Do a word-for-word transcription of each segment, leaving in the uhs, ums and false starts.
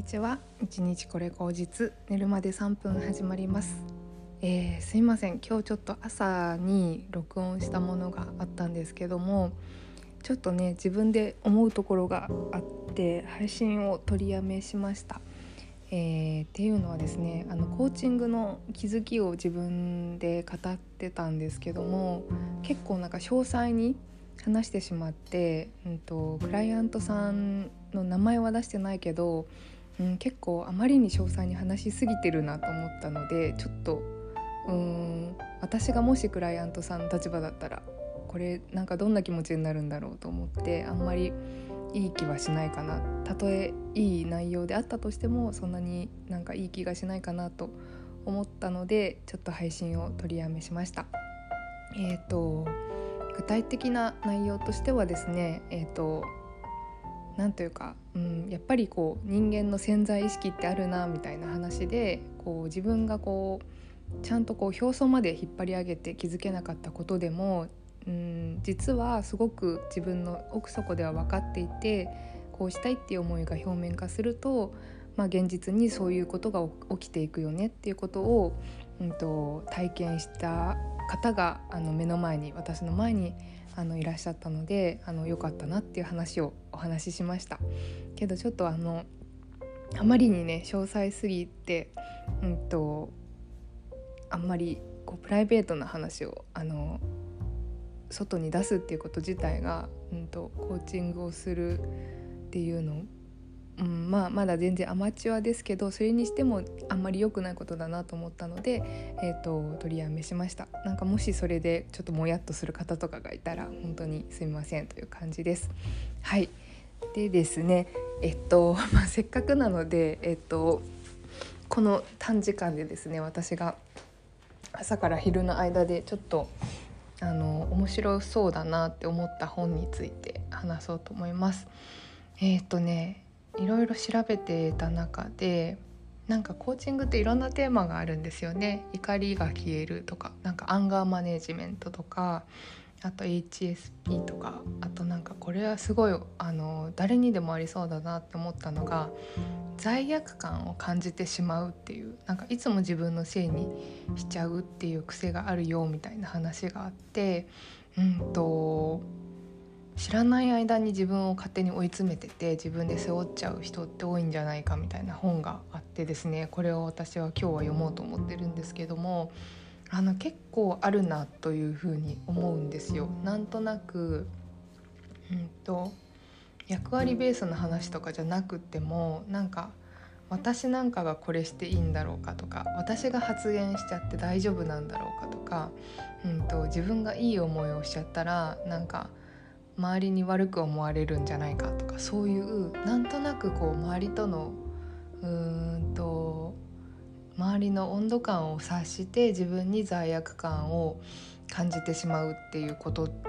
ちは。一日これ口実、寝るまでさんぷん始まります。えー、すいません、今日ちょっと朝に録音したものがあったんですけども、ちょっとね自分で思うところがあって配信を取りやめしました。えー、っていうのはですね、あのコーチングの気づきを自分で語ってたんですけども、結構なんか詳細に話してしまって、うんと、クライアントさんの名前は出してないけど、うん、結構あまりに詳細に話しすぎてるなと思ったので、ちょっとうーん私がもしクライアントさんの立場だったらこれなんかどんな気持ちになるんだろうと思って、あんまりいい気はしないかな、たとえいい内容であったとしてもそんなになんかいい気がしないかなと思ったので、ちょっと配信を取りやめしました。えーと具体的な内容としてはですね、えーとなんというか、うん、やっぱりこう人間の潜在意識ってあるなみたいな話で、こう自分がこうちゃんとこう表層まで引っ張り上げて気づけなかったことでも、うん、実はすごく自分の奥底では分かっていて、こうしたいっていう思いが表面化すると、まあ、現実にそういうことが起きていくよねっていうことを、うんと、体験した方があの目の前に私の前にあのいらっしゃったので、あの良かったなっていう話をお話ししました。けどちょっとあのあまりにね詳細すぎて、うんとあんまりこうプライベートな話をあの外に出すっていうこと自体が、うんとコーチングをするっていうの、うん、まあまだ全然アマチュアですけど、それにしてもあんまり良くないことだなと思ったので、えーと、取りやめしました。なんかもしそれでちょっともやっとする方とかがいたら本当にすみませんという感じです。はい。でですね、えっと、まあ、せっかくなので、えっと、この短時間でですね、私が朝から昼の間でちょっとあの面白そうだなって思った本について話そうと思います。えっとねいろいろ調べてた中で、なんかコーチングっていろんなテーマがあるんですよね。怒りが消えるとか、なんかアンガーマネジメントとか、あと エイチエスピー とか、あとなんかこれはすごいあの誰にでもありそうだなって思ったのが、罪悪感を感じてしまうっていう、なんかいつも自分のせいにしちゃうっていう癖があるよみたいな話があって、うんと知らない間に自分を勝手に追い詰めてて自分で背負っちゃう人って多いんじゃないかみたいな本があってですね、これを私は今日は読もうと思ってるんですけども、あの結構あるなというふうに思うんですよ。なんとなく、うんと役割ベースの話とかじゃなくっても、なんか私なんかがこれしていいんだろうかとか、私が発言しちゃって大丈夫なんだろうかとか、うんと自分がいい思いをしちゃったらなんか周りに悪く思われるんじゃないかとか、そういうなんとなくこう周りとのうーんと周りの温度感を察して自分に罪悪感を感じてしまうっていうことって、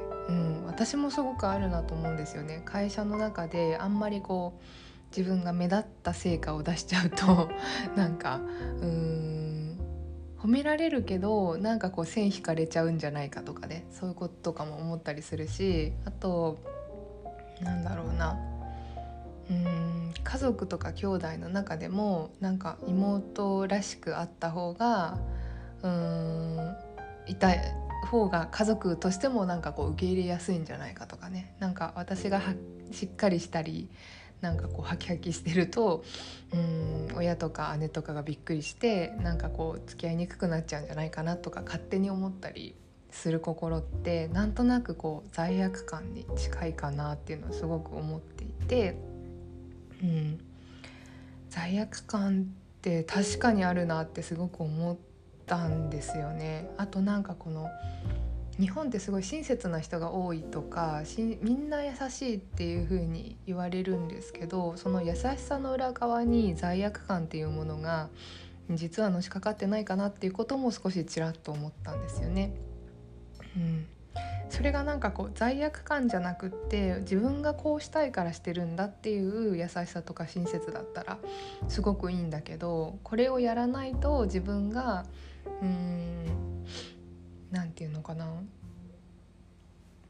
うん、私もすごくあるなと思うんですよね。会社の中であんまりこう自分が目立った成果を出しちゃうとなんかうーん褒められるけどなんかこう線引かれちゃうんじゃないかとかね、そういうこととかも思ったりするし、あとなんだろうな、うーん家族とか兄弟の中でもなんか妹らしくあった方がうーんいた方が家族としてもなんかこう受け入れやすいんじゃないかとかね、なんか私がはしっかりしたりなんかこうハキハキしてると、うーん親とか姉とかがびっくりしてなんかこう付き合いにくくなっちゃうんじゃないかなとか勝手に思ったりする心って、なんとなくこう罪悪感に近いかなっていうのをすごく思っていて、うん、罪悪感って確かにあるなってすごく思ったんですよね。あとなんかこの日本ってすごい親切な人が多いとかしみんな優しいっていう風に言われるんですけど、その優しさの裏側に罪悪感っていうものが実はのしかかってないかなっていうことも少しちらっと思ったんですよね。うん、それがなんかこう罪悪感じゃなくって自分がこうしたいからしてるんだっていう優しさとか親切だったらすごくいいんだけど、これをやらないと自分がうーんなんていうのかな、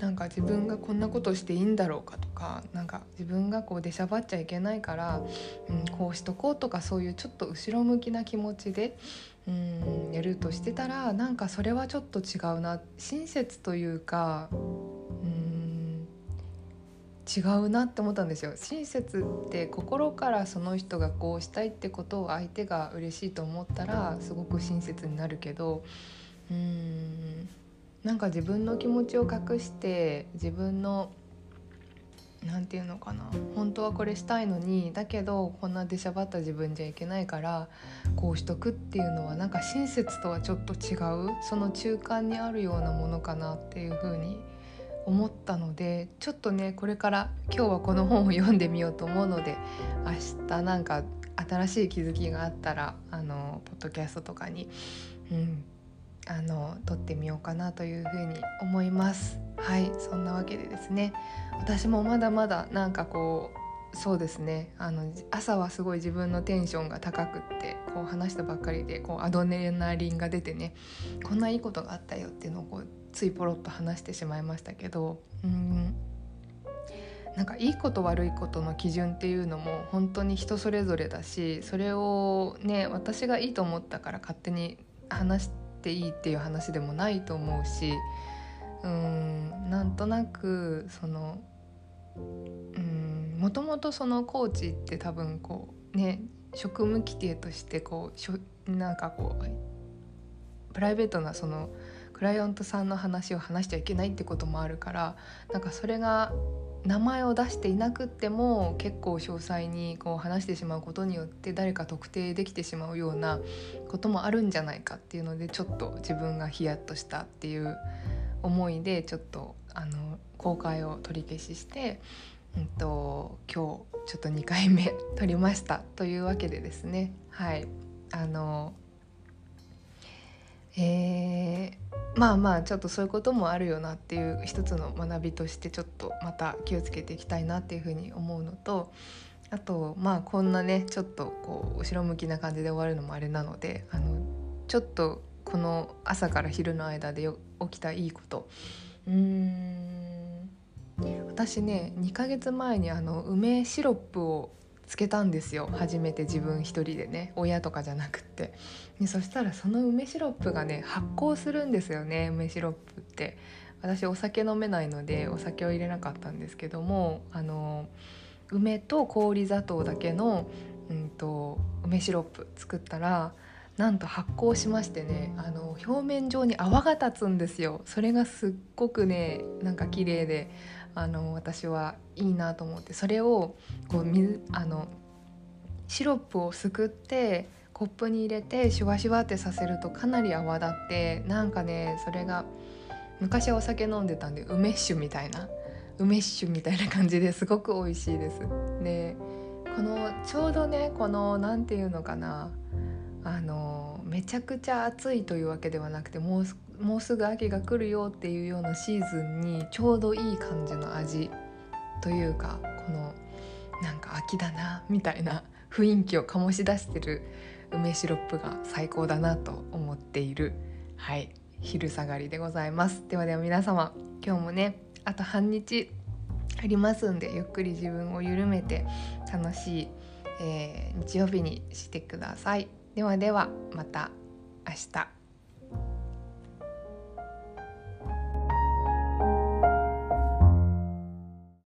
なんか自分がこんなことしていいんだろうかとか、なんか自分がこう出しゃばっちゃいけないから、うん、こうしとこうとか、そういうちょっと後ろ向きな気持ちで、うん、やるとしてたら、なんかそれはちょっと違うな、親切というか、うん、違うなって思ったんですよ。親切って心からその人がこうしたいってことを相手が嬉しいと思ったらすごく親切になるけど、うーんなんか自分の気持ちを隠して、自分のなんていうのかな、本当はこれしたいのに、だけどこんな出しゃばった自分じゃいけないからこうしとくっていうのは、なんか親切とはちょっと違う、その中間にあるようなものかなっていう風に思ったので、ちょっとねこれから今日はこの本を読んでみようと思うので、明日なんか新しい気づきがあったら、あのポッドキャストとかに、うん、あの撮ってみようかなというふうに思います。はい、そんなわけでですね、私もまだまだなんかこう、そうですね、あの朝はすごい自分のテンションが高くって、こう話したばっかりでこうアドレナリンが出てね、こんないいことがあったよっていうのをこうついポロッと話してしまいましたけど、うーんなんかいいこと悪いことの基準っていうのも本当に人それぞれだし、それをね私がいいと思ったから勝手に話していいっていう話でもないと思うし、うーんなんとなくそのうーんもともとそのコーチって多分こうね職務規定としてこうしょなんかこうプライベートなそのクライアントさんの話を話しちゃいけないってこともあるから、なんかそれが名前を出していなくっても結構詳細にこう話してしまうことによって誰か特定できてしまうようなこともあるんじゃないかっていうので、ちょっと自分がヒヤッとしたっていう思いで、ちょっとあの公開を取り消しして、うんと、今日ちょっとにかいめ撮りましたというわけでですね、はいあのえー、まあまあちょっとそういうこともあるよなっていう一つの学びとして、ちょっとまた気をつけていきたいなっていうふうに思うのと、あとまあこんなねちょっとこう後ろ向きな感じで終わるのもあれなので、あのちょっとこの朝から昼の間で起きたいいこと、うーん私ねにかげつまえにあの梅シロップをつけたんですよ、初めて自分一人でね、親とかじゃなくってで、そしたらその梅シロップがね発酵するんですよね。梅シロップって私お酒飲めないのでお酒を入れなかったんですけども、あの梅と氷砂糖だけの、うんと、梅シロップ作ったらなんと発酵しましてね、あの表面上に泡が立つんですよ。それがすっごくねなんか綺麗で、あの私はいいなと思って、それをこう水あのシロップをすくってコップに入れてシュワシュワってさせるとかなり泡立って、なんかねそれが昔はお酒飲んでたんで梅ッシュみたいな梅酒みたいな感じですごく美味しいです。でこのちょうどねこのなんていうのかな、あのめちゃくちゃ暑いというわけではなくて、もうもうすぐ秋が来るよっていうようなシーズンにちょうどいい感じの味というか、このなんか秋だなみたいな雰囲気を醸し出してる梅シロップが最高だなと思っている、はい昼下がりでございます。ではでは皆様、今日もねあと半日ありますんで、ゆっくり自分を緩めて楽しい、えー、日曜日にしてください。ではではまた明日。